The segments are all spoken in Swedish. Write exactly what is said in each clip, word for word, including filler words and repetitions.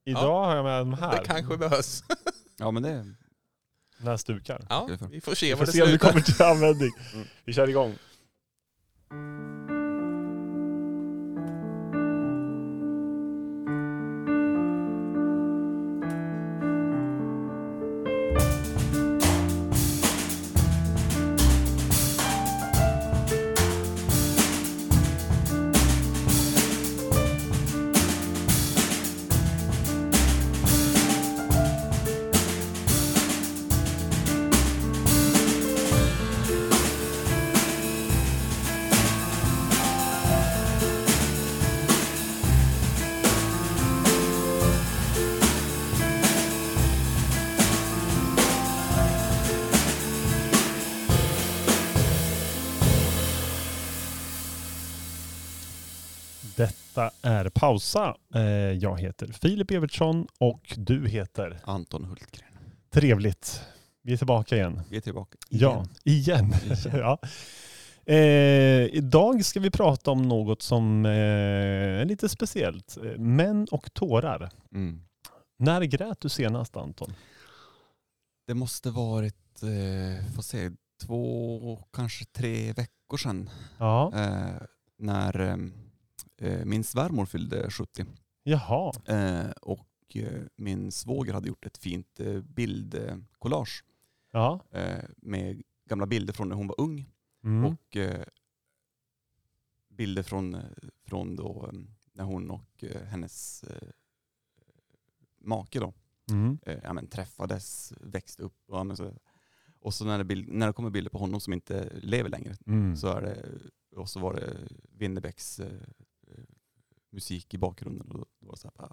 Idag ja. har jag med de här. Det kanske behövs. Ja, men det... När stukar. Ja, vi får se vi vad får det se om det slutar. kommer till användning. Mm. Vi kör igång. Detta är Pausa. Jag heter Filip Evertsson och du heter Anton Hultgren. Trevligt. Vi är tillbaka igen. Vi är tillbaka. Igen. Ja, igen. igen. ja. Eh, idag ska vi prata om något som eh, är lite speciellt. Män och tårar. Mm. När grät du senast, Anton? Det måste varit, eh, får se, två, kanske tre veckor sedan. Ja. Eh, när... Eh, min svärmor fyllde sjuttio. Jaha. Eh, och eh, min svåger hade gjort ett fint eh, bildkollage. Ja. Eh, med gamla bilder från när hon var ung. Mm. Och eh, bilder från, från då, eh, när hon och eh, hennes eh, make då, Mm. eh, ja, men, träffades, växte upp. Och, ja, men, så, och så när det, bild, när det kommer bilder på honom som inte lever längre, Mm. så är det, och så var det Winnerbäcks eh, musik i bakgrunden. Och då var det så här,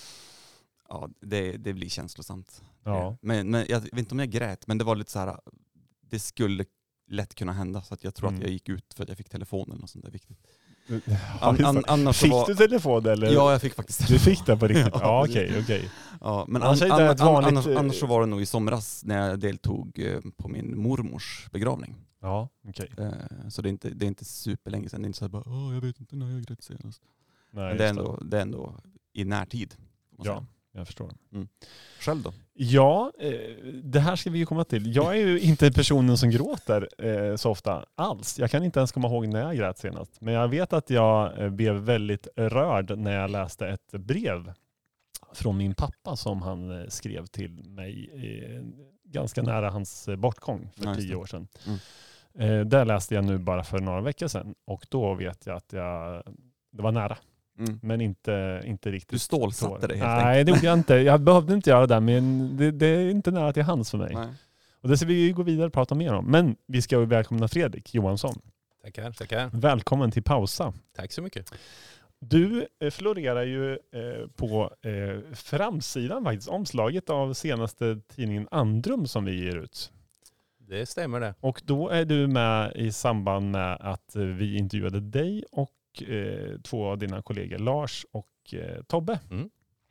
ja, det, det blir känslosamt. Ja. Men, men jag vet inte om jag grät, men det var lite så här, det skulle lätt kunna hända, så att jag tror Mm. att jag gick ut för att jag fick telefonen och sånt där viktigt. Ja, An, an, annars fick var, du telefon eller? Ja, jag fick faktiskt Du fick det på riktigt? Ja, Ja, okej, okej. Okay, okay. Ja, men annars, an, an, an, vanligt... annars, annars så var det nog i somras när jag deltog eh, på min mormors begravning. Ja, okej. Okay. Eh, så det är inte, det är inte superlänge sedan. Det är inte så här bara, åh, jag vet inte när jag grät senast. Nej, men det är, ändå, det är ändå i närtid. Ja, säga. jag förstår. Mm. Själv då? Ja, eh, det här ska vi ju komma till. Jag är ju inte personen som gråter eh, så ofta alls. Jag kan inte ens komma ihåg när jag grät senast. Men jag vet att jag eh, blev väldigt rörd när jag läste ett brev från min pappa som han eh, skrev till mig eh, ganska nära hans eh, bortgång för ja, tio år sedan. Mm. Eh, där läste jag nu bara för några veckor sedan. Och då vet jag att jag, det var nära. Mm. Men inte, inte riktigt. Du stålsatte dig helt Nej, enkelt. det gjorde jag inte. Jag behövde inte göra det, men det, det är inte nära till hands för mig. Nej. Och det ska vi gå vidare och prata mer om. Men vi ska välkomna Fredrik Johansson. Tackar, tackar. Välkommen till Pausa. Tack så mycket. Du florerar ju eh, på eh, framsidan faktiskt. Omslaget av senaste tidningen Andrum som vi ger ut. Det stämmer det. Och då är du med i samband med att vi intervjuade dig och eh, två av dina kollegor, Lars och eh, Tobbe, mm.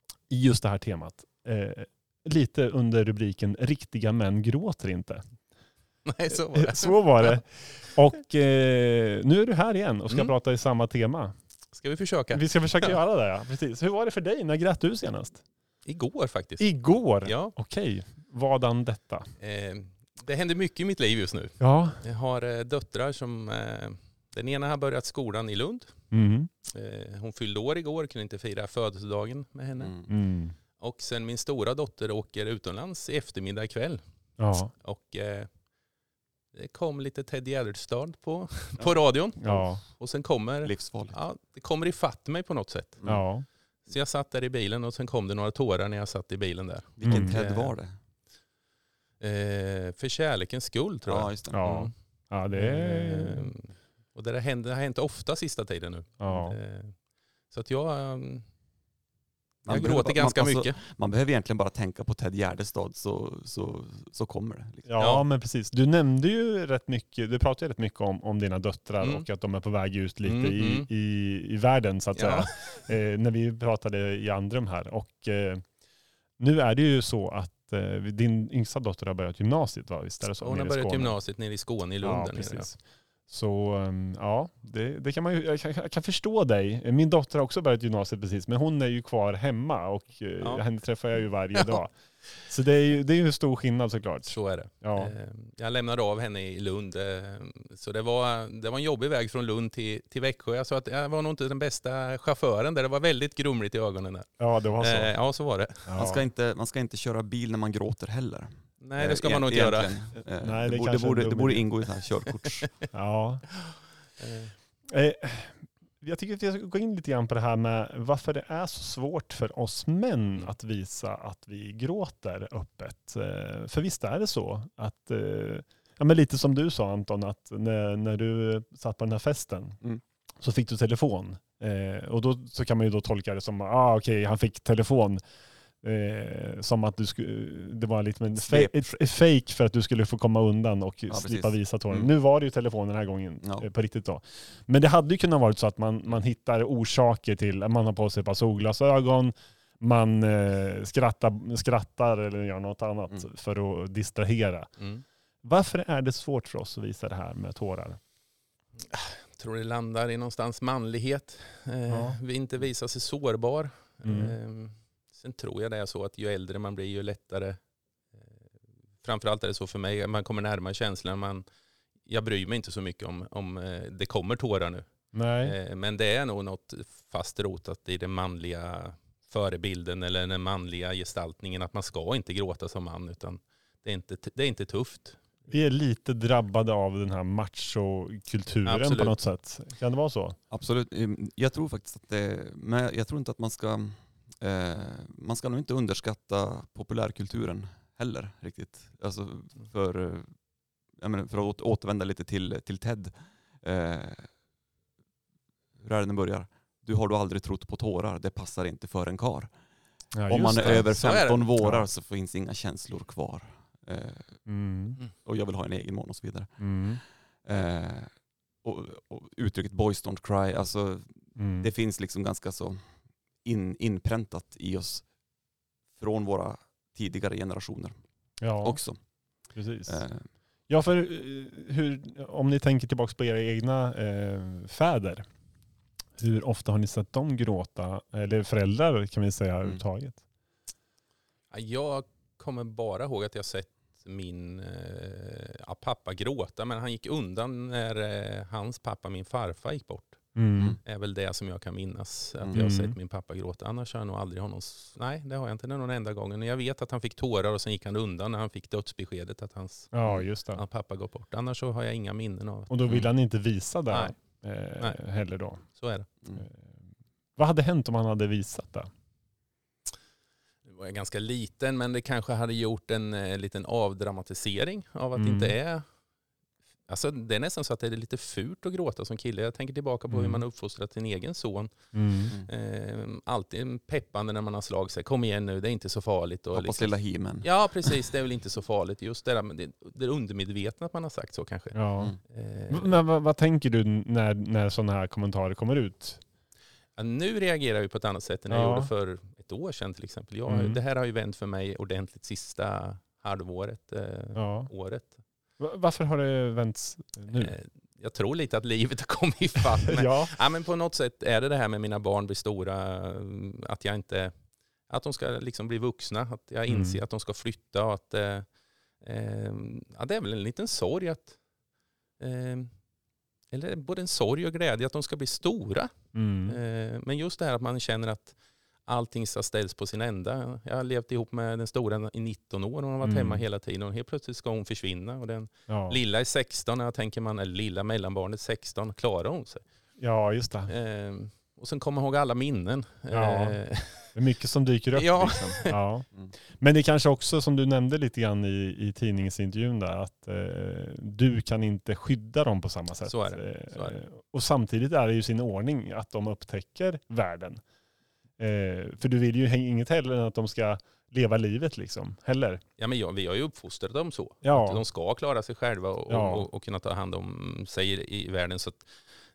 i just det här temat. Eh, lite under rubriken Riktiga män gråter inte. Nej, så var det. Så var det. Och eh, nu är du här igen och ska mm. prata i samma tema. Ska vi försöka? Vi ska försöka göra det, ja. Precis. Hur var det för dig? När grät du senast? Igår faktiskt. Igår? Ja. Okej. Vadan detta? Eh, det händer mycket i mitt liv just nu. Ja. Jag har eh, döttrar som... Eh, den ena har börjat skolan i Lund. Mm. Eh, hon fyllde år igår, kunde inte fira födelsedagen med henne. Mm. Mm. Och sen min stora dotter åker utomlands i eftermiddag kväll. Ja. Och eh, det kom lite Ted Gärdestad på, på radion. Ja. Och sen kommer... Livsfarligt. Ja, det kommer ifatt mig på något sätt. Mm. Ja. Så jag satt där i bilen och sen kom det några tårar när jag satt i bilen där. Vilken Mm. Ted var det? Eh, för kärlekens skull tror jag. Ja, just det. Ja. Mm. Ja, det är... Eh, och det, händer, det har hänt ofta sista tiden nu. Ja. Eh, så att jag, um, Man jag behöver gråter bara- ganska man, alltså, mycket. Man behöver egentligen bara tänka på Ted Gärdestad så, så, så kommer det. Liksom. Ja, Ja. men precis. Du nämnde ju rätt mycket, du pratade ju rätt mycket om, om dina döttrar Mm. och att de är på väg ut lite Mm, i, mm. i, i världen så att Ja. säga. Eh, när vi pratade i Andrum här. Och eh, nu är det ju så att eh, din yngsta dotter har börjat gymnasiet, va? Visst är det så? Hon har Nere i börjat Skåne. gymnasiet nere i Skåne i Lund. Ja, där nere, precis. Så um, ja, det, det kan man ju, jag kan, jag kan förstå dig. Min dotter har också börjat gymnasiet precis, men hon är ju kvar hemma och ja. henne träffar jag ju varje ja. dag. Så det är ju det är ju en stor skillnad såklart. Så är det. Ja. Jag lämnade av henne i Lund, så det var, det var en jobbig väg från Lund till, till Växjö. Jag sa att jag var nog inte den bästa chauffören där. Det var väldigt grumligt i ögonen där. Ja, det var så. Ja, så var det. Ja. Man, ska inte, man ska inte köra bil när man gråter heller. Nej, det ska man nog inte göra. Eh, Nej, det, det, borde, det, borde, det borde ingå i så här körkort. Ja. Eh, jag tycker att vi ska gå in lite grann på det här med varför det är så svårt för oss män att visa att vi gråter öppet. Eh, för visst är det så att, eh, ja, men lite som du sa Anton, att när, när du satt på den här festen mm. så fick du telefon. Eh, och då så kan man ju då tolka det som, ah, okej, okay, han fick telefon. Eh, som att du skulle, det var lite en fa- fake för att du skulle få komma undan och ja, slippa precis. visa tåren. Mm. Nu var det ju telefonen den här gången ja. eh, på riktigt då. Men det hade ju kunnat vara så att man, man hittar orsaker till att man har på sig ett par solglasögon, man eh, skrattar, skrattar eller gör något annat mm. för att distrahera. Mm. Varför är det svårt för oss att visa det här med tårar? Jag tror det landar i någonstans manlighet. Eh, ja. Vi inte visar sig sårbar. Mm. Eh, Sen tror jag det är så att ju äldre man blir ju lättare, framförallt är det så för mig, man kommer närmare känslan, man, jag bryr mig inte så mycket om, om det kommer tårar nu. Nej. Men det är nog något fast rotat i den manliga förebilden eller den manliga gestaltningen att man ska inte gråta som man, utan det är inte, det är inte tufft. Vi är lite drabbade av den här machokulturen Absolut. På något sätt. Kan det vara så? Absolut. Jag tror faktiskt att det, men jag tror inte att man ska Eh, man ska nog inte underskatta populärkulturen heller riktigt. Alltså för, jag menar, för att återvända lite till, till Ted. Eh, hur är det den börjar? Du har då aldrig trott på tårar, det passar inte för en kar. Ja, om man är det. över femton vårar ja. så finns inga känslor kvar. Eh, mm. Och jag vill ha en egen mån och så vidare. Mm. Eh, och, och uttrycket boys don't cry, alltså mm. det finns liksom ganska så In, inpräntat i oss från våra tidigare generationer ja, också. Precis. Eh. Ja, för hur, om ni tänker tillbaka på era egna eh, fäder, hur ofta har ni sett dem gråta? Eller föräldrar kan vi säga överhuvudtaget. Mm. Jag kommer bara ihåg att jag sett min eh, pappa gråta, men han gick undan när eh, hans pappa, min farfar, gick bort. Mm. är väl det som jag kan minnas att mm. jag har sett min pappa gråta. Annars har jag nog aldrig honom. Nej, det har jag inte. Det är någon enda gången. Jag vet att han fick tårar och sen gick han undan när han fick dödsbeskedet att hans, ja, just det. hans pappa gått bort. Annars så har jag inga minnen av det. Och då vill han inte visa det eh, Nej. heller då. Så är det. Mm. Eh, vad hade hänt om han hade visat det? Det var jag ganska liten, men det kanske hade gjort en eh, liten avdramatisering av att mm. det inte är. Alltså, det är nästan så att det är lite fult att gråta som kille. Jag tänker tillbaka på mm. hur man uppfostrat sin egen son. Mm. Eh, alltid peppande när man har slag sig. Kom igen nu, det är inte så farligt. Hoppas liksom, lilla himen. Ja, precis. Det är väl inte så farligt. Just det där, det, det är undermedvetna att man har sagt så kanske. Ja. Mm. Eh, Men vad, vad tänker du när, när sådana här kommentarer kommer ut? Ja, nu reagerar jag på ett annat sätt än jag ja. gjorde för ett år sedan till exempel. Jag, mm. Det här har ju vänt för mig ordentligt sista halvåret, eh, ja. året. Varför har det vänts nu? Jag tror lite att livet har kommit ifatt. Men, ja. ja, men på något sätt är det det här med mina barn blir stora. Att jag inte, att de ska liksom bli vuxna. Att jag inser mm. att de ska flytta. Och att, eh, ja, det är väl en liten sorg. Att, eh, eller både en sorg och glädje att de ska bli stora. Mm. Eh, men just det här att man känner att allting ska ställs på sin ända. Jag har levt ihop med den stora i nitton år och hon har varit mm. hemma hela tiden. Och helt plötsligt ska hon försvinna. Och den ja. lilla är sexton. Jag tänker man, eller lilla mellanbarnet sexton. Klarar hon sig? Ja, just det. Eh, och sen kommer jag ihåg alla minnen. Ja. Eh, det är mycket som dyker upp. Ja. Liksom. Ja. Mm. Men det är kanske också, som du nämnde lite grann i, i tidningsintervjun där, att eh, du kan inte skydda dem på samma sätt. Så är det. Så är det. Och samtidigt är det ju sin ordning att de upptäcker världen. Eh, för du vill ju inget heller än att de ska leva livet liksom, heller. Ja, men ja, vi har ju uppfostrat dem så. Ja. Att de ska klara sig själva och, ja. och, och kunna ta hand om sig i, i världen. Så att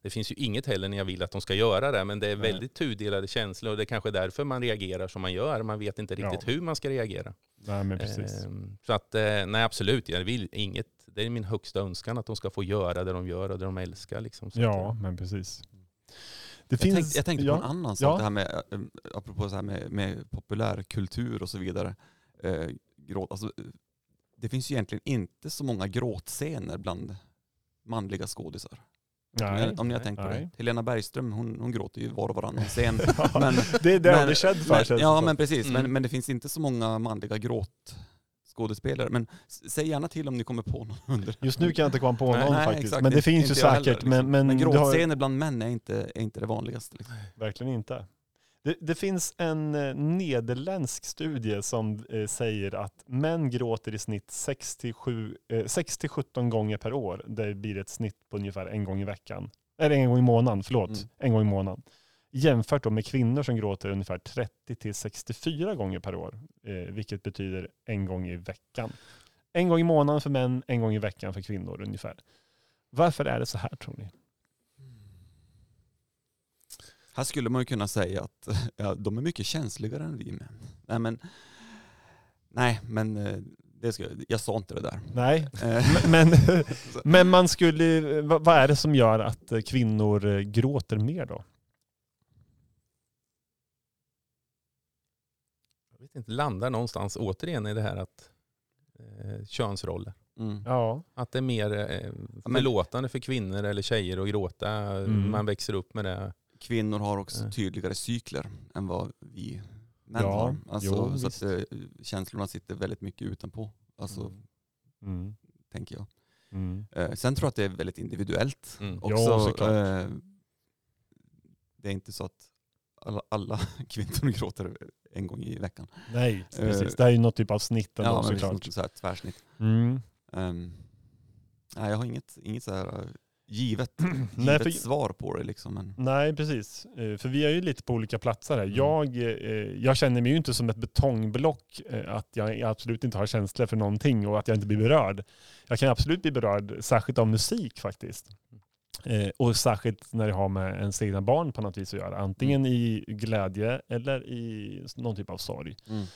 det finns ju inget heller när jag vill att de ska göra det, men det är väldigt tudelade känslor och det är kanske därför man reagerar som man gör. Man vet inte riktigt ja. hur man ska reagera. Nej, men precis. Eh, så att, eh, nej absolut, jag vill inget. Det är min högsta önskan att de ska få göra det de gör och det de älskar. Liksom, så ja, att, men precis. Det jag, finns, tänkte, jag tänkte ja. på en annan sak, ja. det här med, apropå så här med, med populärkultur och så vidare. Eh, gråt, alltså, det finns ju egentligen inte så många gråtscener bland manliga skådisar. Nej, om ni har tänkt på det. Helena Bergström, hon, hon gråter ju var och varannan scen. men, det är det hon är känd för. Men, ja, men precis. Mm. Men, men det finns inte så många manliga gråtskådespelare. Men säg gärna till om ni kommer på någon under. Just nu kan jag inte komma på någon nej, faktiskt. Exakt, men det finns ju säkert. Heller, liksom. men, men, men gråtscener har... bland män är inte, är inte det vanligaste. Liksom. Verkligen inte. Det, det finns en eh, nederländsk studie som eh, säger att män gråter i snitt sex till sjutton gånger per år. Det blir ett snitt på ungefär en gång i veckan. Eller en gång i månaden, förlåt. Mm. En gång i månaden. Jämfört då med kvinnor som gråter ungefär trettio till sextiofyra gånger per år. Eh, vilket betyder en gång i veckan. En gång i månaden för män, en gång i veckan för kvinnor ungefär. Varför är det så här, tror ni? Här skulle man ju kunna säga att ja, de är mycket känsligare än vi män. Nej, men, nej, men det ska, jag sa inte det där. Nej, men, men man skulle, vad är det som gör att kvinnor gråter mer då? Jag vet inte, landar någonstans återigen i det här att eh, könsroller. Mm. Ja. Att det är mer eh, förlåtande för kvinnor eller tjejer att gråta. Mm. Man växer upp med det. Kvinnor har också tydligare cykler än vad vi män ja, har. Alltså, jo, så att äh, känslorna sitter väldigt mycket utanpå. Alltså, mm. tänker jag. Mm. Eh, sen tror jag att det är väldigt individuellt. Mm. Också, ja, eh, det är inte så att alla, alla kvinnor gråter en gång i veckan. Nej, precis. Det är ju något typ av snitt. Ja, då, men såklart. Så här tvärsnitt. Mm. Um, nej, jag har inget, inget så här givet, givet Nej, för, svar på det. Liksom, men. Nej, precis. För vi är ju lite på olika platser här. Mm. Jag, jag känner mig ju inte som ett betongblock, att jag absolut inte har känslor för någonting och att jag inte blir berörd. Jag kan absolut bli berörd, särskilt av musik faktiskt. Och särskilt när det har med ens egna barn på något vis att göra. Antingen mm. i glädje eller i någon typ av sorg. Mm.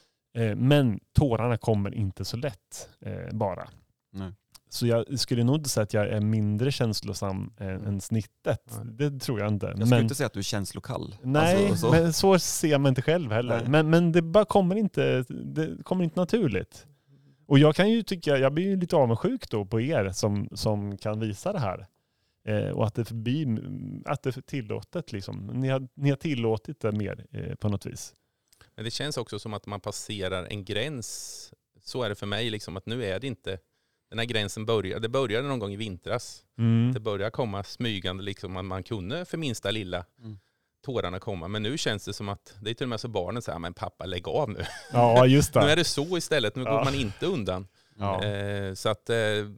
Men tårarna kommer inte så lätt bara. Nej. Så jag skulle nog inte säga att jag är mindre känslosam än, mm. än snittet. Mm. Det tror jag inte. Jag skulle men, inte säga att du är känslokall. Nej, alltså, så. men så ser man inte själv heller. Men, men det bara kommer inte, det kommer inte naturligt. Och jag kan ju tycka, jag blir ju lite avundsjuk då på er som, som kan visa det här. Eh, och att det, blir, att det är tillåtet liksom. Ni har, ni har tillåtit det mer eh, på något vis. Men det känns också som att man passerar en gräns. Så är det för mig liksom, att nu är det inte den här gränsen börjar. Det började någon gång i vintras. Mm. Det börjar komma smygande liksom, att man kunde för minsta lilla mm. tårarna komma. Men nu känns det som att det är till och med så barnen säger, men pappa lägg av nu. Ja, just det. Nu är det så istället. Nu ja. går man inte undan. Ja. Eh, så att eh,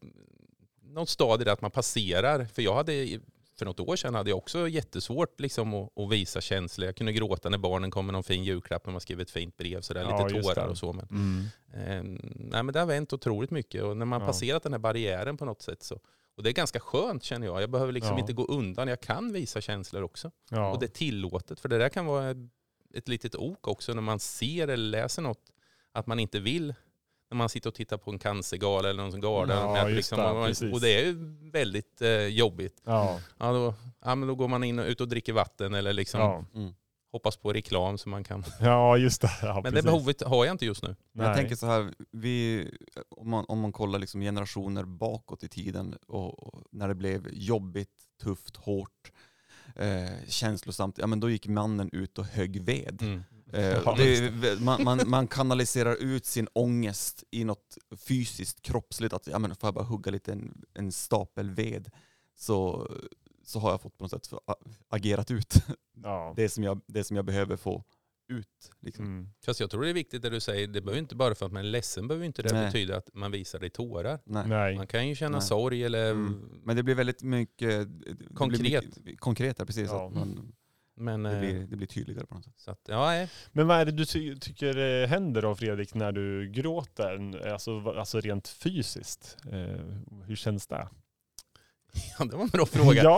någon stadie där att man passerar. För jag hade, för något år sedan hade jag också jättesvårt liksom, att, att visa känslor. Jag kunde gråta när barnen kom med någon fin julklapp när man skrev ett fint brev. Så där, ja, lite tårar och så. Men, mm. eh, nej, men det har vänt otroligt mycket. Och när man ja. passerat den här barriären på något sätt så. Och det är ganska skönt känner jag. Jag behöver liksom ja. inte gå undan. Jag kan visa känslor också. Ja. Och det är tillåtet. För det där kan vara ett litet ok också när man ser eller läser något. Att man inte vill. När man sitter och tittar på en cancergala eller någon sån gala. Ja, liksom, det, man, och det är ju väldigt eh, jobbigt. Ja. Ja, då, ja, men då går man in och ut och dricker vatten eller liksom ja. mm. hoppas på reklam så man kan. Ja, just det. Ja, men precis. det behovet har jag inte just nu. Men jag tänker så här, vi, om, man, om man kollar liksom generationer bakåt i tiden och, och när det blev jobbigt, tufft, hårt, eh, känslosamt, ja men då gick mannen ut och högg ved. Mm. Eh, det, man, man, man kanaliserar ut sin ångest i något fysiskt, kroppsligt. Att ja, men får jag bara hugga lite en, en stapel ved så, så har jag fått på något sätt agerat ut ja. det, som jag, det som jag behöver få ut. Liksom. Mm. Fast jag tror det är viktigt det du säger. Det behöver inte bara för att man är ledsen behöver inte det Nej. betyda att man visar det i tårar. Nej. Man kan ju känna Nej. sorg eller mm. Men det blir väldigt mycket konkret. Mycket, konkret, precis. Ja. Att man, Men, det, blir, det blir tydligare på något sätt. Så att, ja, men vad är det du ty- tycker händer då, Fredrik, när du gråter? Alltså, alltså rent fysiskt. Eh, hur känns det? Ja, det var en bra fråga. Ja.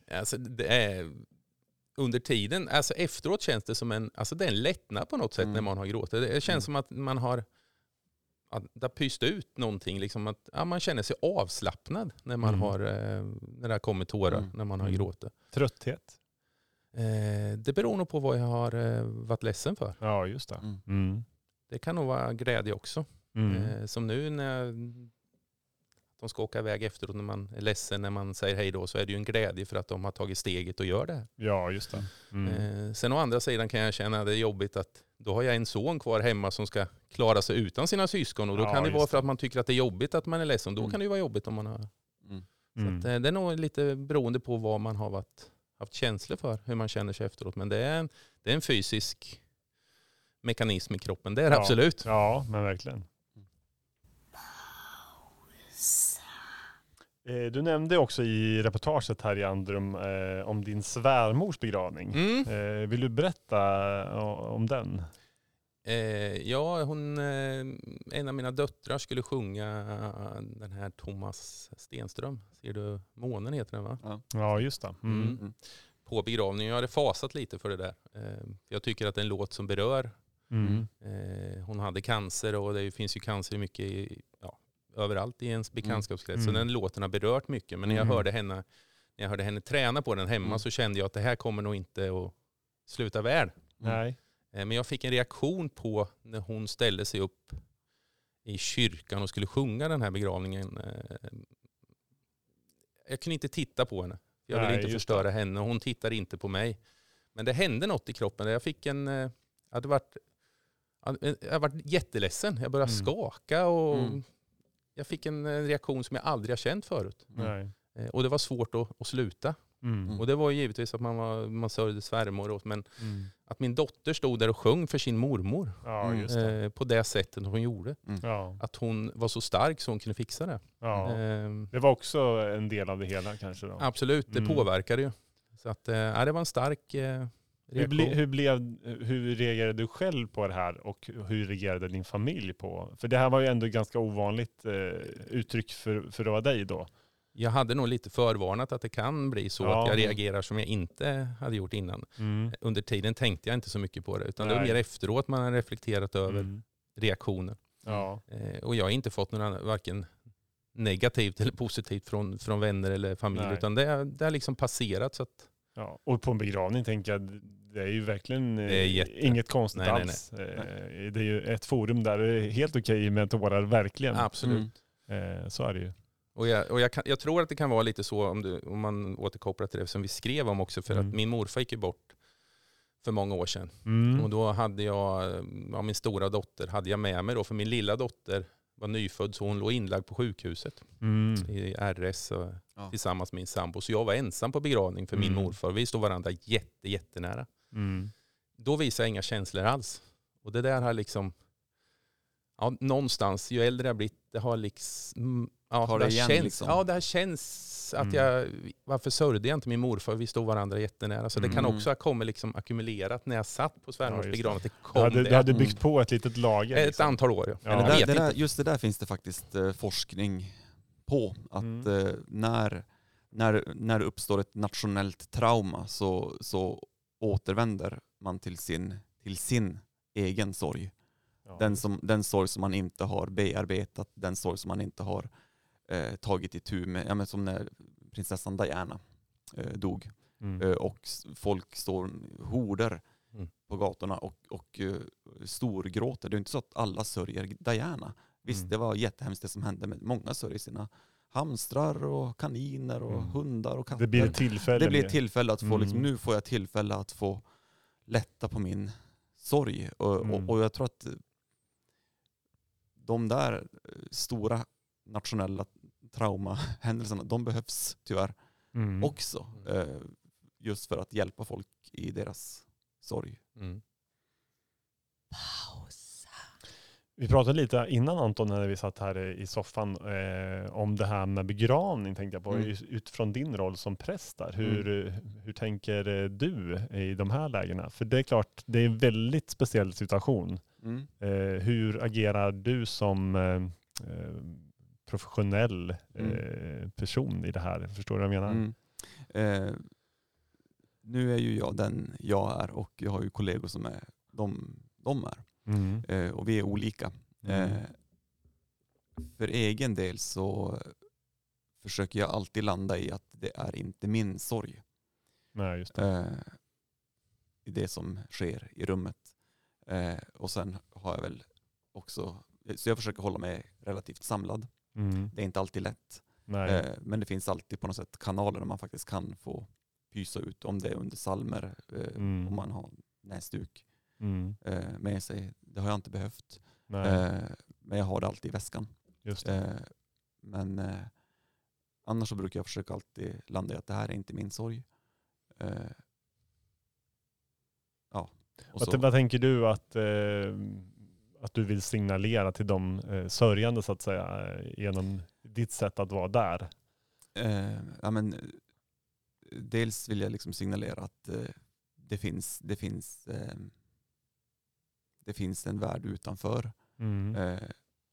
Alltså det är under tiden, alltså efteråt känns det som en, alltså det är en lättnad på något sätt mm. när man har gråtit. Det känns mm. som att man har att det har pyst ut någonting, liksom att ja, man känner sig avslappnad när man mm. har eh, när det kommer tårar mm. när man har gråtit. Trötthet? Eh, det beror nog på vad jag har eh, varit ledsen för. Ja, just det. Mm. Mm. Det kan nog vara glädje också. Mm. Eh, som nu när de ska åka iväg efteråt när man är ledsen, när man säger hej då, så är det ju en glädje för att de har tagit steget och gör det. Ja, just det. Mm. Eh, sen å andra sidan kan jag känna att det är jobbigt att då har jag en son kvar hemma som ska klara sig utan sina syskon. Och då ja, kan det vara för att man tycker att det är jobbigt att man är ledsen. Då mm. kan det ju vara jobbigt om man har... Mm. Så att, eh, det är nog lite beroende på vad man har varit, haft känslor för, hur man känner sig efteråt. Men det är en, det är en fysisk mekanism i kroppen, det är det ja. absolut. Ja, men verkligen. Du nämnde också i reportaget här i Andrum eh, om din svärmors begravning. Mm. Eh, vill du berätta om den? Eh, ja, hon, eh, en av mina döttrar skulle sjunga den här Thomas Stenström. Ser du? Månen heter den, va? Ja, ja just det. Mm. Mm. På begravningen. Jag hade fasat lite för det där. Eh, jag tycker att det är en låt som berör. Mm. Eh, hon hade cancer och det finns ju cancer mycket i... Ja, överallt i ens bekantskapskrets. Mm. Så den låten har berört mycket. Men när jag, mm. hörde, henne, när jag hörde henne träna på den hemma mm. så kände jag att det här kommer nog inte att sluta väl. Nej. Men jag fick en reaktion på när hon ställde sig upp i kyrkan och skulle sjunga den här begravningen. Jag kunde inte titta på henne. Jag ville Nej, inte förstöra det. henne och hon tittade inte på mig. Men det hände något i kroppen. Jag fick en... Jag hade varit, jag varit jätteledsen. Jag började mm. skaka och... Mm. Jag fick en reaktion som jag aldrig har känt förut. Nej. Och det var svårt att, att sluta. Mm. Och det var givetvis att man, var, man sörjde svärmor åt. Men mm. att min dotter stod där och sjöng för sin mormor. Ja, just det. Eh, på det sättet hon gjorde. Mm. Ja. Att hon var så stark så hon kunde fixa det. Ja. Eh, det var också en del av det hela kanske då? Absolut, det mm. påverkade ju. Så att, eh, det var en stark... Eh, Hur, ble, hur, blev, hur reagerade du själv på det här och hur reagerade din familj på? För det här var ju ändå ganska ovanligt eh, uttryck för, för att vara dig då. Jag hade nog lite förvarnat att det kan bli så ja. att jag reagerar som jag inte hade gjort innan. Mm. Under tiden tänkte jag inte så mycket på det. Utan Nej. det var mer efteråt man har reflekterat över mm. reaktionen. Ja. Eh, och jag har inte fått någon varken negativt eller positivt från, från vänner eller familj. Nej. Utan det, det har liksom passerat så att... Ja, och på en begravning tänker jag, det är ju verkligen är jätte... inget konstigt nej, alls. Nej, nej. Det är ju ett forum där det är helt okej med tårar, verkligen. Absolut. Mm. Så är det ju. Och jag, och jag, kan, jag tror att det kan vara lite så om, du, om man återkopplar till det som vi skrev om också. För mm. att min morfar gick ju bort för många år sedan. Mm. Och då hade jag, ja, min stora dotter hade jag med mig då. För min lilla dotter var nyfödd så hon låg inlagd på sjukhuset. Mm. I R S och, ja. tillsammans med min sambo. Så jag var ensam på begravning för mm. min morfar. Vi stod varandra jätte, jättenära. Mm. Då visade jag inga känslor alls. Och det där har liksom... Ja, någonstans, ju äldre jag blivit, det har liksom... Ja, har det, det igen, känns, liksom. Ja, det har känns att mm. jag... Varför sörjde jag inte min morfar? Vi stod varandra jättenära. Så mm. det kan också ha kommit liksom ackumulerat när jag satt på svärmors ja, begravning. Det kom du, hade, det. du hade byggt på ett litet lager. Ett liksom. antal år, ja. ja. Det där, det där, just det där finns det faktiskt eh, forskning på. Att mm. eh, när, när, när det uppstår ett nationellt trauma så, så återvänder man till sin, till sin egen sorg. Ja. Den, som, den sorg som man inte har bearbetat, den sorg som man inte har eh, tagit itu med. Ja, men som när prinsessan Diana eh, dog. Mm. Eh, och folk står horder mm. på gatorna och, och eh, storgråter. Det är inte så att alla sörjer Diana. Visst, mm. det var jättehemskt det som hände, men många sörjer sina hamstrar och kaniner och mm. hundar och katter. Det blir ett tillfälle. Det blir ett tillfälle att få, mm. liksom, nu får jag tillfälle att få lätta på min sorg. Och, mm. och, och jag tror att de där stora nationella traumahändelserna, de behövs tyvärr mm. också. Eh, just för att hjälpa folk i deras sorg. Mm. Vi pratade lite innan, Anton, när vi satt här i soffan eh, om det här med begravning, tänkte jag på, mm. utifrån din roll som präst där. Hur, mm. hur tänker du i de här lägena? För det är klart, det är en väldigt speciell situation. Mm. Eh, hur agerar du som eh, professionell eh, mm. person i det här? Förstår du vad jag menar? Mm. Eh, nu är ju jag den jag är och jag har ju kollegor som är de, de är. Mm. Eh, och vi är olika. Mm. Eh, för egen del så försöker jag alltid landa i att det är inte min sorg. Nej, just det. Eh, i det som sker i rummet. Eh, och sen har jag väl också, så jag försöker hålla mig relativt samlad. Mm. Det är inte alltid lätt. Nej. Eh, men det finns alltid på något sätt kanaler där man faktiskt kan få pysa ut, om det är under salmer, eh, Mm. om man har näsduk Mm. eh, med sig. Det har jag inte behövt. Nej, Eh, men jag har det alltid i väskan. just det. Eh, men eh, annars så brukar jag försöka alltid landa i att det här är inte min sorg. Eh, ja. Och Vad, så, vad tänker du att, eh, att du vill signalera till de eh, sörjande så att säga eh, genom ditt sätt att vara där? eh, ja, men, eh, dels vill jag liksom signalera att eh, det finns, det finns, eh, det finns en värld utanför Mm. eh,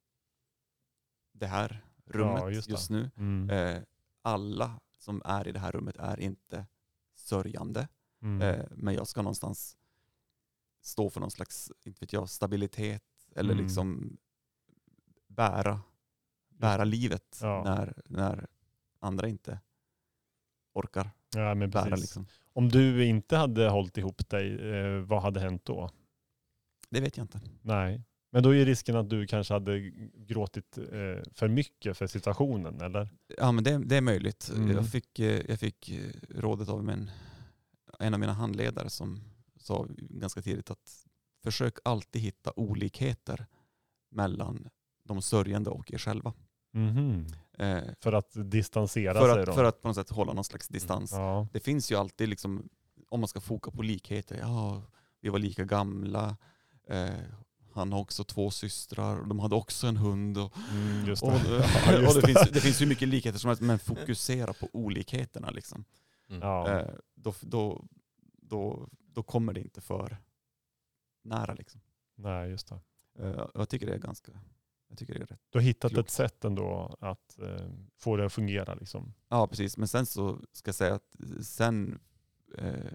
det här rummet Ja, just just, det. nu. Mm. Eh, alla som är i det här rummet är inte sörjande. Mm. Eh, men jag ska någonstans stå för någon slags, inte vet jag, stabilitet eller Mm. liksom bära, bära livet Ja. när, när andra inte orkar Ja, men bära. precis. Liksom. Om du inte hade hållit ihop dig, eh, vad hade hänt då? Det vet jag inte. Nej. Men då är risken att du kanske hade gråtit eh, för mycket för situationen, eller? Ja, men det, det är möjligt. Mm. Jag fick, eh, jag fick eh, rådet av en, en av mina handledare som sa ganska tidigt att försök alltid hitta olikheter mellan de sörjande och er själva. Mhm. Eh, För att distansera för, sig att, då? för att på något sätt hålla någon slags distans. Ja. Det finns ju alltid, liksom, om man ska foka på likheter, ja, vi var lika gamla, eh, han har också två systrar, och de hade också en hund. Och, Mm, just det. och, Ja, just och det, det. finns, det finns ju mycket likheter, som helst, men fokusera på olikheterna. Liksom. Mm. Ja. Eh, då, då, då, då kommer det inte för nära. Liksom. Nej, just det. Eh, jag tycker det är ganska, jag tycker det är rätt. Du har hittat Klokt. ett sätt ändå att eh, få det att fungera liksom. Ja, precis. Men sen så ska jag säga att sen eh,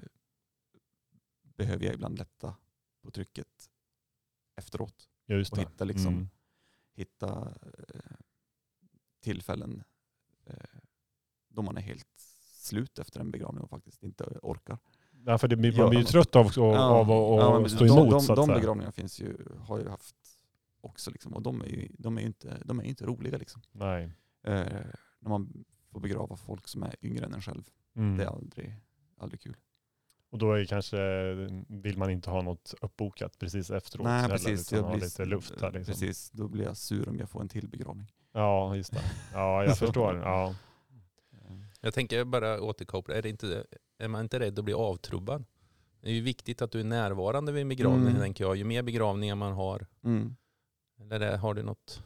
behöver jag ibland lätta på trycket efteråt. Ja, just Och det. hitta, liksom, Mm. hitta eh, tillfällen eh, då man är helt slut efter en begravning och faktiskt inte orkar. Ja, för det blir, man Ja. blir ju trött av, av, av att Ja, men att stå de, emot de, så att de säga. begravningarna finns ju, har jag haft också. Liksom, och de är ju, de är ju inte, de är ju inte roliga. Liksom. Nej. Eh, när man får begrava folk som är yngre än en själv. Mm. Det är aldrig, aldrig kul. Och då är kanske, vill man inte ha något uppbokat precis efteråt. Nej, heller, precis. utan ha blir, lite luft där. Liksom. Precis, då blir jag sur om jag får en till begravning. Ja, just det. Ja, jag Så. förstår. Ja. Jag tänker bara återkoppla, är, det inte, är man inte rädd att bli avtrubbad? Det är ju viktigt att du är närvarande vid en begravning, Mm. tänker jag. Ju mer begravningar man har, Mm. eller där, har du något?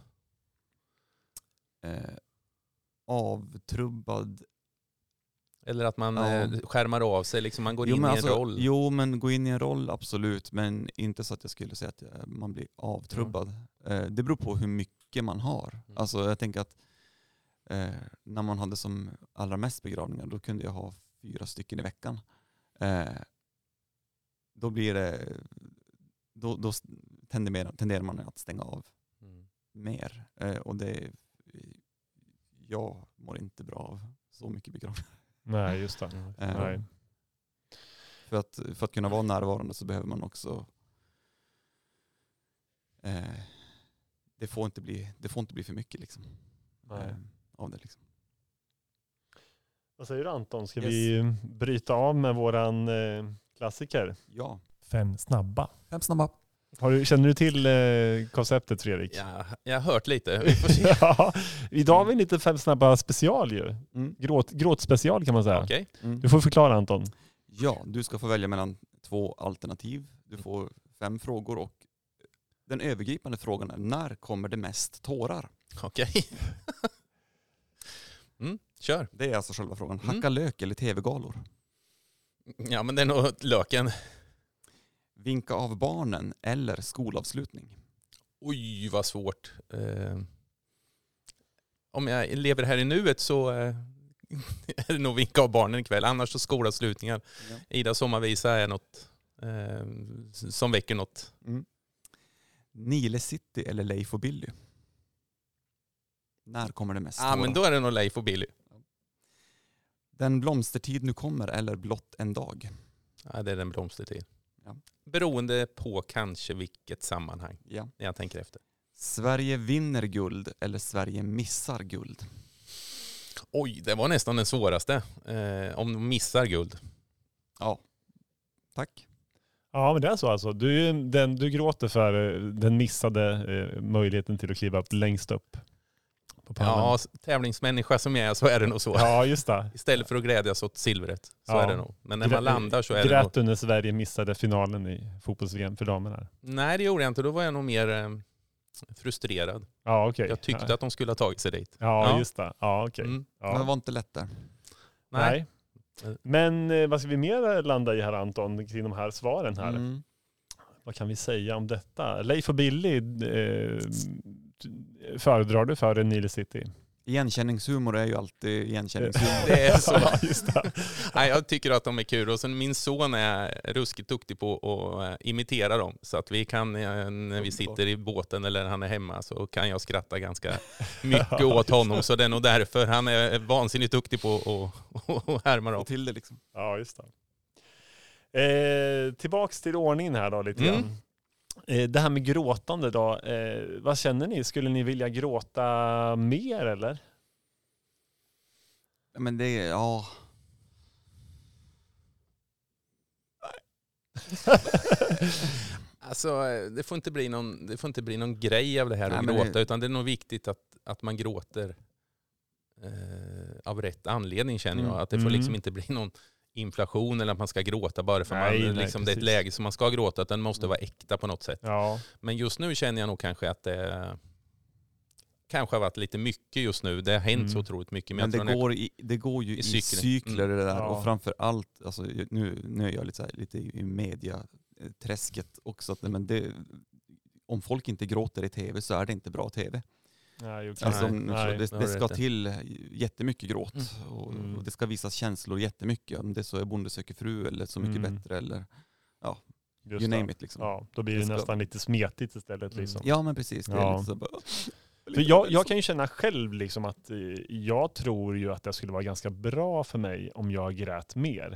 Eh, avtrubbad. Eller att man Ja. eh, skärmar av sig, liksom man går Jo, in i men en alltså, roll. Jo, men gå in i en roll, absolut. Men inte så att jag skulle säga att jag, man blir avtrubbad. Eh, det beror på hur mycket man har. Mm. Alltså, jag tänker att eh, när man hade som allra mest begravningar, då kunde jag ha fyra stycken i veckan. Eh, då blir det, då, då tenderar, tenderar man att stänga av Mm. mer. Eh, och det, jag mår inte bra av så mycket begravningar. Nej, just det. Mm. Eh, Nej. För att, för att kunna vara närvarande så behöver man också eh, det, får inte bli, det får inte bli för mycket liksom, Nej. eh, av det. Liksom. Vad säger du Anton? Ska Yes. vi bryta av med våran eh, klassiker? Ja. Fem snabba. Fem snabba. Har du, känner du till eh, konceptet Fredrik? Ja, jag har hört lite. Vi får se. Ja, idag har vi lite fem snabba special ju. Mm. Gråt, gråtspecial kan man säga. Okej. Mm. Du får förklara Anton. Ja, du ska få välja mellan två alternativ. Du får fem frågor och den övergripande frågan är: när kommer det mest tårar? Okej. mm, kör. Det är alltså själva frågan. Mm. Hacka lök eller tv-galor? Ja, men det är nog löken. Vinka av barnen eller skolavslutning? Oj, vad svårt. Eh, om jag lever här i nuet så eh, är det nog vinka av barnen ikväll. Annars så skolavslutningar. Ja. Ida sommarvisa är något eh, som väcker något. Mm. Nile City eller Leif och Billy? När kommer det mest? Ja, ah, men då är det nog Leif och Billy. Den blomstertid nu kommer eller blott en dag? Ja, det är den blomstertid. Ja. Beroende på kanske vilket sammanhang. Ja. När jag tänker efter. Sverige vinner guld eller Sverige missar guld? Oj, det var nästan den svåraste. Eh, om de missar guld. Ja, tack. Ja, men det är så alltså. Du, den, du gråter för den missade eh, möjligheten till att kliva upp längst upp på pallen. Ja, tävlingsmänniska som jag är så är det nog så. Ja, just det. Istället för att glädjas åt silvret så Ja. är det nog. Men när man Grä- landar så är det Grät nog... du när Sverige missade finalen i fotbolls-V M för damerna? Nej, det gjorde jag inte. Då var jag nog mer eh, frustrerad. Ja, okej. Jag tyckte ja. att de skulle ha tagit sig dit. Ja, Ja. just det. Ja, okej. Mm. Men Ja. det var inte lätt där. Nej. Nej. Men eh, vad ska vi mer landa i här, Anton, kring de här svaren här? Mm. Vad kan vi säga om detta? Leif och Billy eh, föredrar du för Nile City? Igenkänningshumor är ju alltid igenkänningshumor. Det är så. Ja, just det. Nej, jag tycker att de är kul. Och sen min son är ruskigt duktig på att eh, imitera dem. Så att vi kan, eh, när vi sitter i båten eller han är hemma, så kan jag skratta ganska mycket åt honom. Så det är nog därför han är vansinnigt duktig på att att härma dem. Få till det liksom. Ja, just det. Eh, tillbaks till ordningen här då lite Mm. grann. Eh, det här med gråtande då. Eh, vad känner ni? Skulle ni vilja gråta mer eller? Ja, men det är, ja. Alltså, det får inte bli någon, det får inte bli någon grej av det här Nej, att men gråta, det- utan det är nog viktigt att, att man gråter eh, av rätt anledning, känner jag. Mm. Att det får liksom Mm. inte bli någon inflation eller att man ska gråta bara för Nej, man, nej, liksom, det är ett precis. läge som man ska gråta, att den måste Mm. vara äkta på något sätt. Ja, Men just nu känner jag nog kanske att det kanske har varit lite mycket just nu. Det har hänt Mm. så otroligt mycket. Men jag det tror när- går, i, det går ju i i, cykler. cykler det där. Ja. Och framför allt, alltså, nu, nu är jag lite, så här, lite i mediaträsket också. Att, men det, om folk inte gråter i tv så är det inte bra tv. nej, okej. Alltså, Nej, så nej, det, det har det du ska rätt i. till jättemycket gråt. Mm. Och, Mm. och det ska visas känslor jättemycket. Om det så är Bonde söker fru eller Så mycket Mm. bättre eller Just you det. name it. Liksom. Ja, då blir det, Det ska- nästan lite smetigt istället. Mm. Liksom. Ja men precis. Det är Ja. lite så bara, För jag, jag kan ju känna själv liksom att eh, jag tror ju att det skulle vara ganska bra för mig om jag grät mer.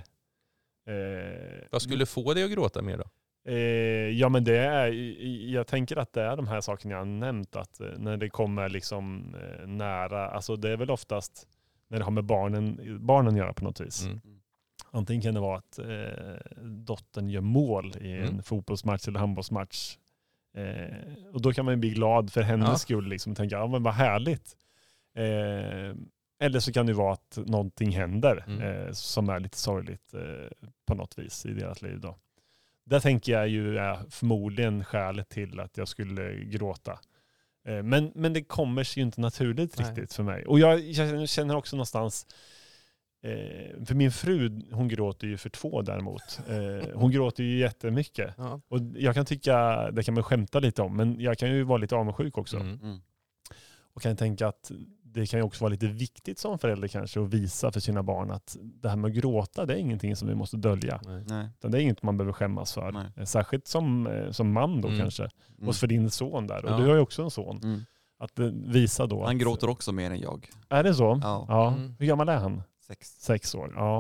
Eh, Vad skulle få dig att gråta mer då? Eh, ja men det är, jag tänker att det är de här sakerna jag har nämnt, att eh, när det kommer liksom eh, nära, alltså det är väl oftast när det har med barnen, barnen att göra på något vis. Mm. Antingen kan det vara att eh, dottern gör mål i en Mm. fotbollsmatch eller handbollsmatch. Eh, och då kan man ju bli glad för hennes Ja. skull liksom, och tänka, ja men vad härligt. Eh, eller så kan det vara att någonting händer Mm. eh, som är lite sorgligt eh, på något vis i deras liv då. Där tänker jag ju är förmodligen skälet till att jag skulle gråta. Eh, Men, men det kommer sig ju inte naturligt Nej. riktigt för mig. Och jag, jag känner också någonstans, eh, för min fru, hon gråter ju för två däremot. Eh, hon gråter ju jättemycket. Ja. Och jag kan tycka, det kan man skämta lite om, men jag kan ju vara lite avundsjuk också. Mm. Mm. Och kan tänka att det kan ju också vara lite viktigt som förälder kanske att visa för sina barn att det här med att gråta, det är ingenting som vi måste dölja. Nej. Nej. Utan det är inget man behöver skämmas för. Nej. Eh, Särskilt som, eh, som man då Mm. kanske. Mm. Och för din son där. Och Ja. du har ju också en son. Mm. Att eh, visa då. Han att, gråter också mer än jag. Är det så? Ja. Ja. Mm. Hur gammal är han? Sex. Sex år. Ja.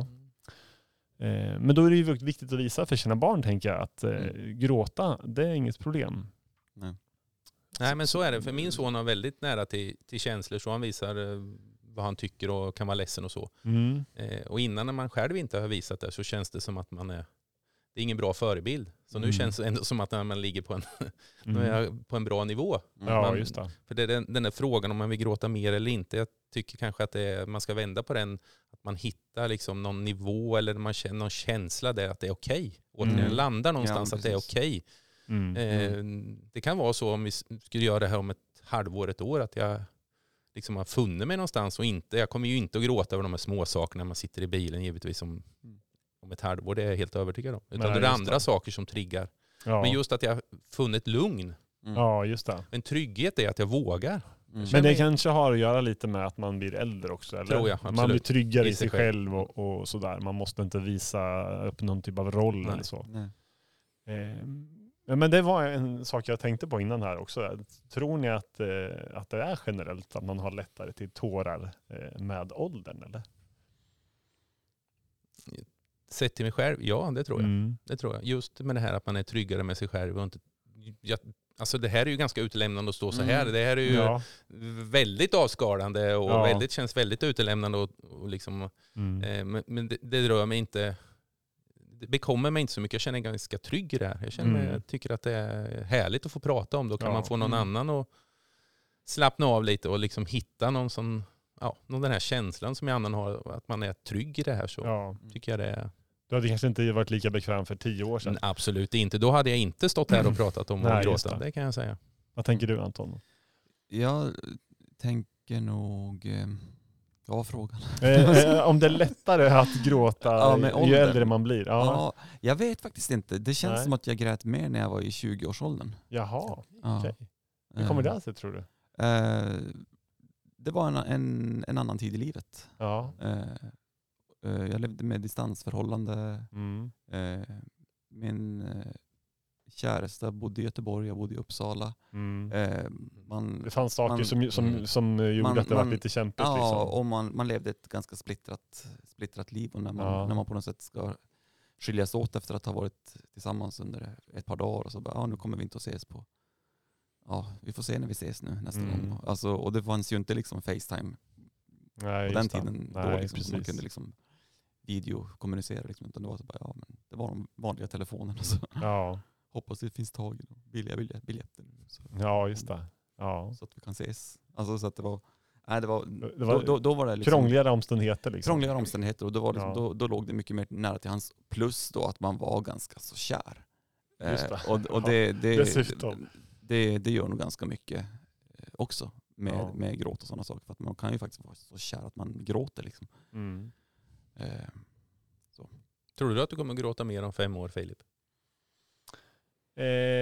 Eh, men då är det ju viktigt att visa för sina barn, tänker jag, att eh, Mm. gråta, det är inget problem. Nej. Nej, men så är det. För min son har väldigt nära till, till känslor, så han visar eh, vad han tycker och kan vara ledsen och så. Mm. Eh, och innan, när man själv inte har visat det, så känns det som att man är, det är ingen bra förebild. Så nu Mm. känns det ändå som att man ligger på en, nu är Mm. jag på en bra nivå. Ja, man- just det. För det är den, den där frågan om man vill gråta mer eller inte. Jag tycker kanske att det är, man ska vända på den. Att man hittar liksom någon nivå eller man känner någon känsla där att det är okej. Återigen Mm. landar någonstans Ja, att det är precis. okej. Mm. Eh, det kan vara så om vi skulle göra det här om ett halvår, ett år, att jag liksom har funnit mig någonstans och inte, jag kommer ju inte att gråta över de här små sakerna när man sitter i bilen givetvis om, Mm. om ett halvår, det är jag helt övertygad om. Utan Nej, det är just andra det. saker som triggar. Ja. Men just att jag har funnit lugn, Mm. ja, just det. en trygghet är att jag vågar. Mm. Men det kanske har att göra lite med att man blir äldre också. Eller? Tror jag, absolut. Man blir tryggare i sig själv. själv och, och sådär. Man måste inte visa upp någon typ av roll Nej. eller så. Nej. Eh, men det var en sak jag tänkte på innan här också. Tror ni att, eh, att det är generellt att man har lättare till tårar eh, med åldern? Eller? Sett till mig själv, ja det tror jag. Mm. Det tror jag. Just med det här att man är tryggare med sig själv. Och inte, jag, alltså det här är ju ganska utelämnande att stå så här. Mm. Det här är ju Ja. väldigt avskalande och Ja. väldigt, känns väldigt utelämnande. Och, och liksom, Mm. eh, men men det, det rör mig inte, det bekommer mig inte så mycket. Jag känner mig ganska trygg i det här. Jag känner mig, Mm. jag tycker att det är härligt att få prata om. Då kan Ja. man få någon Mm. annan och slappna av lite och liksom hitta någon sån, ja, någon den här känslan som en annan har, att man är trygg i det här. Så Ja. tycker jag det är. Du hade kanske inte varit lika bekväm för tio år sedan. Men absolut inte. Då hade jag inte stått här och pratat om Nej, att just gråta. det. Det kan jag säga. Vad tänker du, Anton? Jag tänker nog... Eh, ja, vad var frågan? Eh, eh, om det är lättare att gråta Ja, med ju åldern. äldre man blir. Ja. Ja, jag vet faktiskt inte. Det känns Nej. som att jag grät mer när jag var i tjugoårsåldern. Jaha, Ja. okej. Hur kommer Eh, det sig, tror du? Eh, det var en, en, en annan tid i livet. Ja. Eh, eh, jag levde med distansförhållande. Mm. Eh, min eh, käresta bodde i Göteborg, jag bodde i Uppsala. Mm. Eh, man, Det fanns saker man- som, som, mm. som gjorde Man- att det var man- lite kämpigt. ja, liksom. och man, man levde ett ganska splittrat, splittrat liv. Och när man, Ja. när man på något sätt ska skiljas åt efter att ha varit tillsammans under ett par dagar och så bara, ja, nu kommer vi inte att ses på. Ja, vi får se när vi ses nu nästa Mm. gång. Alltså, och det fanns ju inte liksom FaceTime Nej, på den just det. tiden då Nej, liksom, så man precis. kunde liksom videokommunicera. Liksom, utan det var så bara, ja, men det var de vanliga telefonerna. Så. Ja. Hoppas det finns tag i dem. Billiga billiga biljetter nu. Så, ja, just det. Ja. så att vi kan ses. Alltså, så att det var, nej, det var, Det var då, då, då var det liksom, krångligare omständigheter. Liksom. krångligare omständigheter och då, var det, liksom, Ja. då, då låg det mycket mer nära till hans. Plus då att man var ganska så kär. Just det. Eh, och och det, det, Dessutom. det, det gör nog ganska mycket eh, också med, Ja. med gråt och sådana saker. För att man kan ju faktiskt vara så kär att man gråter. Liksom. Mm. Eh, Tror du att du kommer att gråta mer om fem år, Filip? Eh,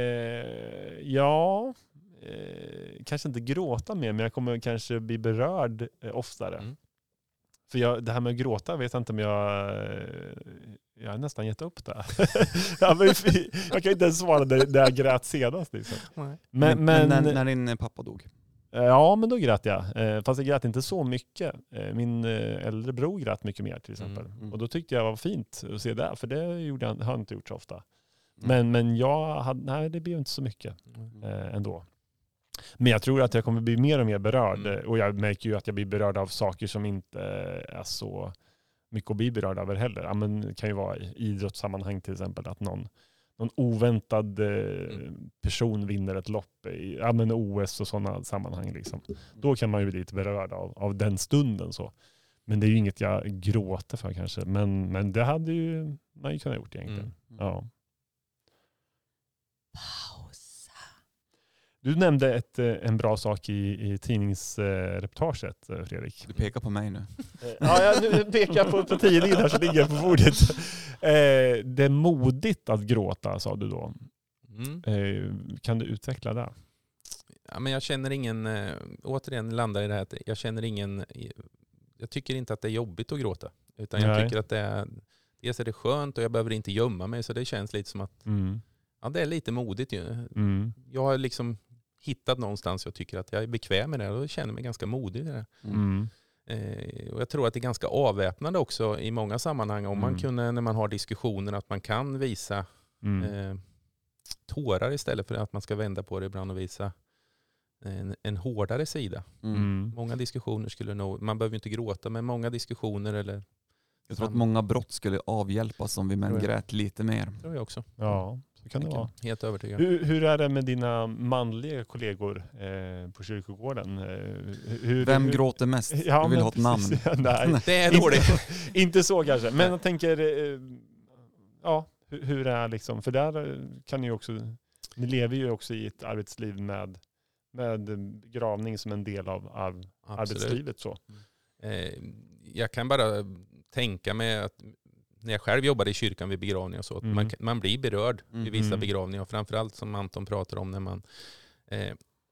ja, eh, kanske inte gråta mer, men jag kommer kanske bli berörd eh, oftare. Mm. För jag, det här med att gråta vet jag inte om jag... eh, Jag har nästan gett upp det. jag, men, jag kan inte ens svara när, när jag grät senast. Liksom. Nej. Men, men, när, när din pappa dog? ja, men då grät jag. Eh, Fast jag grät inte så mycket. Eh, Min eh, äldre bror grät mycket mer till exempel. Mm, mm. Och då tyckte jag det var fint att se det. För det gjorde han, har han inte gjort så ofta. Mm. Men, men jag hade, nej, det blev inte så mycket Mm. eh, ändå. Men jag tror att jag kommer bli mer och mer berörd. Mm. Och jag märker ju att jag blir berörd av saker som inte är så mycket att bli berörd över heller. Ja, men det kan ju vara i idrottssammanhang till exempel. Att någon, någon oväntad eh, Mm. person vinner ett lopp i ja, men O S och sådana sammanhang. Liksom. Då kan man ju bli lite berörd av, av den stunden. Så. Men det är ju inget jag gråter för kanske. Men, men det hade ju man ju kunnat gjort egentligen. Mm. Ja. Du nämnde ett, eh, en bra sak i, i tidningsreportaget, eh, Fredrik. Du pekar på mig nu. Ja, jag nu pekar jag på, på tio linjer som ligger på bordet. Eh, det är modigt att gråta, sa du då. Mm. Eh, kan du utveckla det? Ja, men jag känner ingen, äh, återigen landar i det här, att jag känner ingen, jag tycker inte att det är jobbigt att gråta. Utan jag Nej. tycker att det är, dels är det skönt och jag behöver inte gömma mig, så det känns lite som att, Mm. ja, det är lite modigt ju. Mm. Jag har liksom hittat någonstans jag tycker att jag är bekväm med det och känner mig ganska modig i det. Mm. Eh, och jag tror att det är ganska avväpnande också i många sammanhang om man Mm. kunde, när man har diskussioner, att man kan visa Mm. eh, tårar istället för att man ska vända på det ibland och visa en, en hårdare sida. Mm. Mm. Många diskussioner skulle nog, man behöver inte gråta, men många diskussioner eller Jag tror att många brott skulle avhjälpas om vi män Tror jag. grät lite mer. tror jag också. Ja, så kan det vara. Helt övertygad. Hur, hur är det med dina manliga kollegor eh, på kyrkogården? Eh, hur, Vem hur, gråter mest? Ja, Jag vill men ha ett namn. precis. Nej, Det är dåligt. inte, inte så kanske. Men jag tänker, eh, ja, hur, hur är liksom, för där eh, kan ni ju också, ni lever ju också i ett arbetsliv med, med begravning som en del av, av arbetslivet. Så. Eh, jag kan bara tänka mig att när jag själv jobbade i kyrkan vid begravningar och så, att Mm. man, man blir berörd Mm. vid vissa Mm. begravningar. Och framförallt som Anton pratar om när man, eh,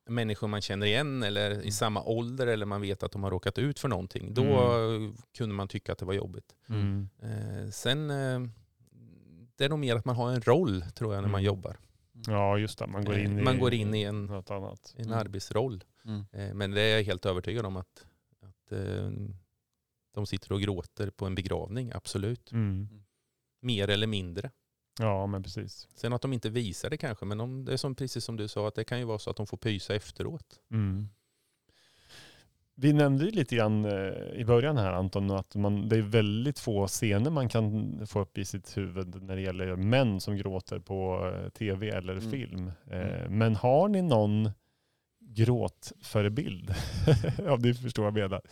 människor man känner igen eller i samma ålder eller man vet att de har råkat ut för någonting. Då Mm. kunde man tycka att det var jobbigt. Mm. Eh, sen eh, det är nog mer att man har en roll tror jag när man Mm. jobbar. Ja, just det. Man går in i, Man går in i en, något annat. en Mm. arbetsroll. Mm. Eh, men det är jag helt övertygad om att, att eh, de sitter och gråter på en begravning, absolut. Mm. Mer eller mindre. Ja, men precis. Sen att de inte visar det kanske, men om det är som, precis som du sa, att det kan ju vara så att de får pysa efteråt. Mm. Vi nämnde ju lite grann eh, i början här, Anton, att man, det är väldigt få scener man kan få upp i sitt huvud när det gäller män som gråter på eh, tv eller Mm. film. Eh, Mm. Men har ni någon gråtförebild? Om ni förstår vad jag menar.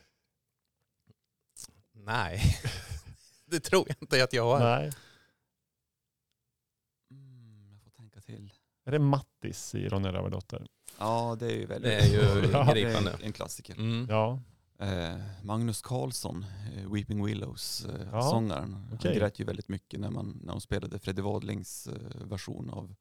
Nej, det tror jag inte att jag har. Nej. Mm, jag får tänka till. Är det Mattis i Ronja Rövardotter? Ja, det är ju väldigt... Det är ju Ja, gripande. det är en klassiker. Mm. Ja. Eh, Magnus Carlsson, eh, Weeping Willows, eh, Ja, sångaren. okej. Han grät ju väldigt mycket när, man, när de spelade Freddie Wadlings eh, version av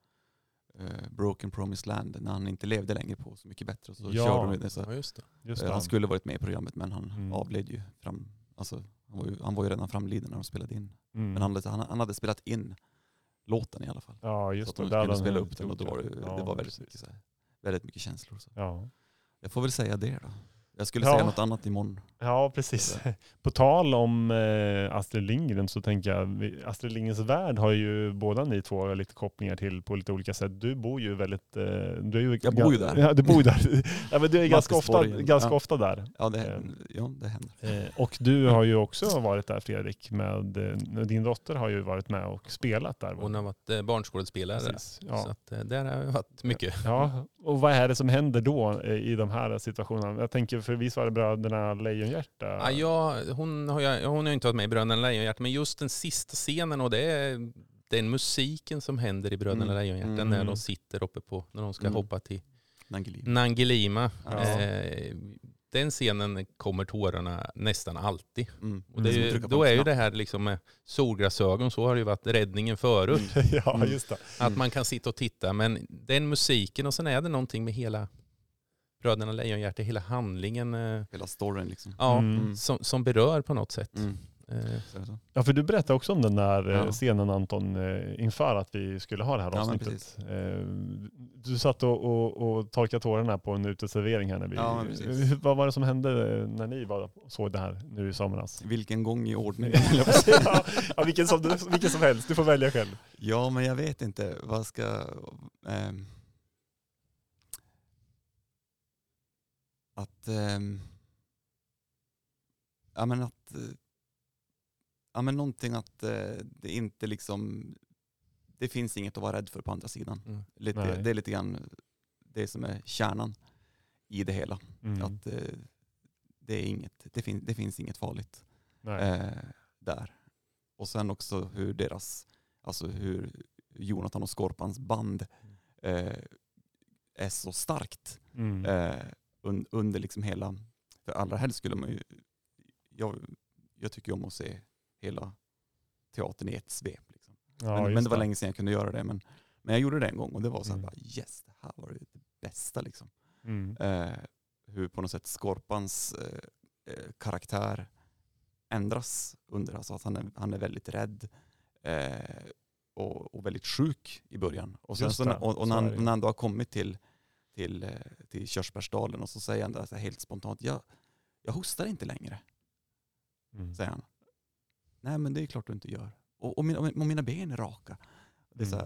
eh, Broken Promised Land. När han inte levde längre på Så mycket bättre. Så Ja. körde de det så. Ja, just det. Just Eh, det. han skulle varit med i programmet men han Mm. avled ju fram. Alltså, han, var ju, han var ju redan framliden när de spelade in. Mm. Men han, hade- han, han hade spelat in låten i alla fall. Ja, Så just att det. de Där kunde hade spela han upp den och då gjort var det, Ja, det var väldigt precis. mycket, så här, väldigt mycket känslor. Så. Ja. Jag får väl säga det då. Jag skulle Ja. säga något annat imorgon. Ja, precis. På tal om eh, Astrid Lindgren så tänker jag, vi- Astrid Lindgrens värld har ju båda ni två lite kopplingar till på lite olika sätt. Du bor ju väldigt... Eh, du är ju Jag bor ju där. Ja, du bor ju där. Ja, men du är ganska ofta, Mattisborgen. ganska Ja. ofta där. Ja, det, Ehm. ja, det händer. Eh, och du har ju också varit där, Fredrik, med eh, din dotter har ju varit med och spelat där. Hon har varit eh, barnskådespelare. Precis. Så Ja. att, eh, där har jag varit mycket. Ja, och vad är det som händer då eh, i de här situationerna? Jag tänker, för visst var det bröderna Lejonhjärta? Ja, jag, hon, har jag, hon har inte varit med i Bröderna Lejonhjärta, men just den sista scenen och det är den musiken som händer i Bröderna Mm. Lejonhjärta Mm. när de sitter uppe på, när de ska Mm. hoppa till Nangeli. Nangilima. Ja. Eh, den scenen kommer tårarna nästan alltid. Mm. Och det är Som att ju, trycka på då en är ju knapp. det här liksom med solglasögon, så har det ju varit räddningen förut. Ja, Mm. just det. Att man kan sitta och titta, men den musiken och sen är det någonting med hela Bröderna Lejonhjärta, hela handlingen eh, Hela storyn liksom. ja, Mm. som, som berör på något sätt. Mm. Eh, Så är det så. Ja, för du berättade också om den där eh, Ja. scenen, Anton, eh, inför att vi skulle ha det här Ja, men avsnittet. precis. Eh, Du satt och, och, och torkade tårarna på en uteservering här när vi... Ja, men precis. Hur- Vad var det som hände eh, när ni var och såg det här nu i somras? Vilken gång i ordningen. ja, ja, vilken, som, du- vilken som helst, du får välja själv. Ja, men jag vet inte. Vad ska... ehm, att... ehm, ja, men att... eh, ja, men någonting att eh, det inte liksom... Det finns inget att vara rädd för på andra sidan. mm. Lite, Nej. det är lite grann det som är kärnan i det hela. Mm. Att eh, det, är inget, det, fin, det finns inget farligt Nej. eh, där. Och sen också hur deras, alltså hur Jonathan och Skorpans band eh, är så starkt Mm. eh, un, under liksom hela, för allra helst skulle man ju, jag, jag tycker om att se hela teatern i ett svep. Liksom. Ja, men, men just det var länge sedan jag kunde göra det. Men, men jag gjorde det en gång och det var så här Mm. bara, yes, det här var det bästa liksom. Mm. Eh, hur på något sätt Skorpans eh, eh, karaktär ändras under, alltså att han är, han är väldigt rädd eh, och, och väldigt sjuk i början. Och, sen, Just så, det, när- och, och så när, är han, det. när han då har kommit till, till, eh, till Körsbärsdalen och så säger han där, så här, helt spontant, jag, jag hostar inte längre, Mm. säger han. Nej, men det är klart du inte gör. Och, och, mina, och mina ben är raka. Det är så här,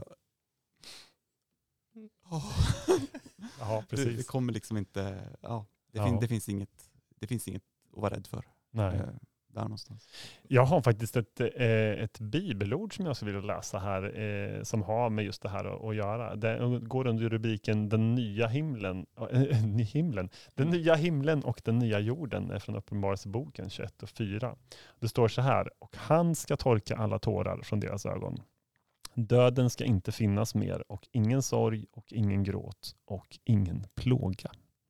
åh. Ja, det, precis. det kommer liksom inte, ja, det, Ja. fin, det, finns inget, det finns inget att vara rädd för. Nej. Eh, där någonstans. Jag har faktiskt ett, eh, ett bibelord som jag skulle vilja läsa här eh, som har med just det här att, att göra. Det går under rubriken Den nya himlen, äh, himlen. Den nya himlen och den nya jorden är från Uppenbarelseboken tjugoett och fyra. Det står så här: och han ska torka alla tårar från deras ögon. Döden ska inte finnas mer och ingen sorg och ingen gråt och ingen plåga.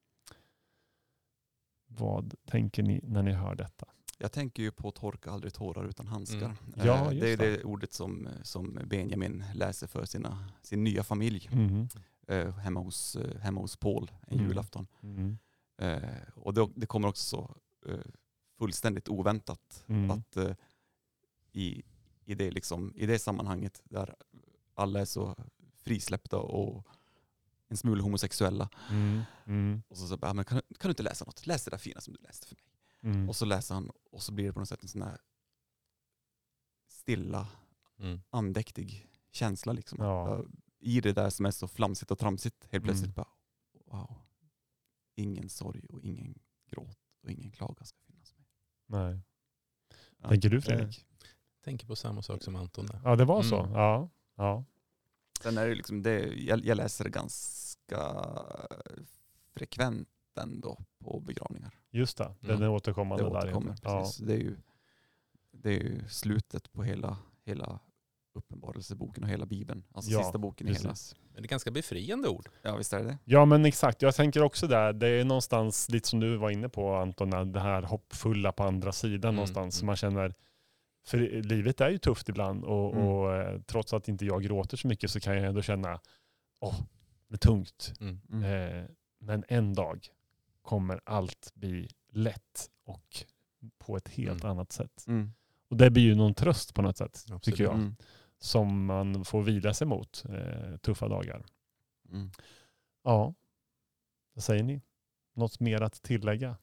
Vad tänker ni när ni hör detta? Jag tänker ju på torka aldrig tårar utan handskar. Mm. Ja, Eh, just det är det. det ordet som, som Benjamin läser för sina, sin nya familj. Mm. eh, hemma, hos, eh, hemma hos Paul en Mm. julafton. Mm. Eh, och det, det kommer också så eh, fullständigt oväntat Mm. att eh, i, i, det liksom, i det sammanhanget där alla är så frisläppta och en smula homosexuella. Mm. Mm. Och så, så bara, men kan, kan du inte läsa något? Läs det där fina som du läste för mig. Mm. Och så läser han och så blir det på något sätt en sån här stilla, Mm. andäktig känsla liksom. Ja. I det där som är så flamsigt och tramsigt helt plötsligt Mm. bara, wow. Ingen sorg och ingen gråt och ingen klaga ska finnas med. Nej. Ja. Tänker du, Fredrik? Tänker på samma sak som Anton där. Ja, det var så. Mm. Ja. Ja. Sen är det liksom det, jag, jag läser det ganska frekvent ändå på begravningar. Just det. Den Mm. är återkommande Det där. återkommer, egentligen. Ja. precis. Det är ju det är ju slutet på hela, hela uppenbarelseboken och hela Bibeln. Alltså Ja, sista boken i hela. Precis. Men det är ganska befriande ord. Ja, visst är det det? Ja, men exakt. Jag tänker också där, det är någonstans lite som du var inne på, Anton, det här hoppfulla på andra sidan Mm, någonstans. mm. Man känner, för livet är ju tufft ibland och, Mm. och eh, trots att inte jag gråter så mycket så kan jag ändå känna, åh, det är tungt. Mm. Mm. Eh, men en dag kommer allt bli lätt och på ett helt Mm. annat sätt. Mm. Och det blir ju någon tröst på något sätt, Absolut. tycker jag. Mm. Som man får vila sig mot eh, tuffa dagar. Mm. Ja, vad säger ni? Något mer att tillägga?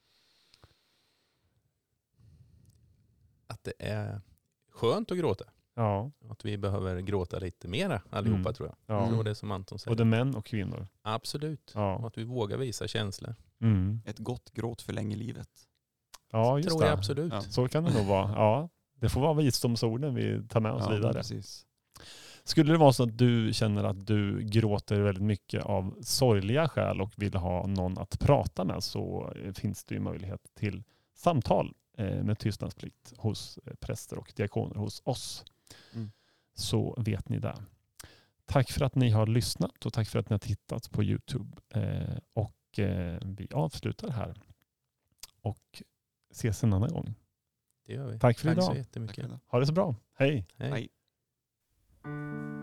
Att det är skönt att gråta. Ja, Att vi behöver gråta lite mera allihopa Mm. tror jag. ja. Jag tror det är som Anton säger. Både män och kvinnor. Absolut. Och Ja, att vi vågar visa känslor. mm. Ett gott gråt förlänger livet. Ja, just tror det. jag absolut. Ja. Så kan det nog vara. Ja, det får vara visdomsorden vi tar med oss Ja, vidare. precis. Skulle det vara så att du känner att du gråter väldigt mycket av sorgliga skäl och vill ha någon att prata med, så finns det ju möjlighet till samtal eh, med tystnadsplikt hos eh, präster och diakoner hos oss. Mm. Så vet ni det. Tack för att ni har lyssnat och tack för att ni har tittat på YouTube. Eh, och eh, vi avslutar här och ses en annan gång. Det gör vi. Tack för Tack idag. så Tack jättemycket. för det. Ha det så bra. Hej! Hej. Hej.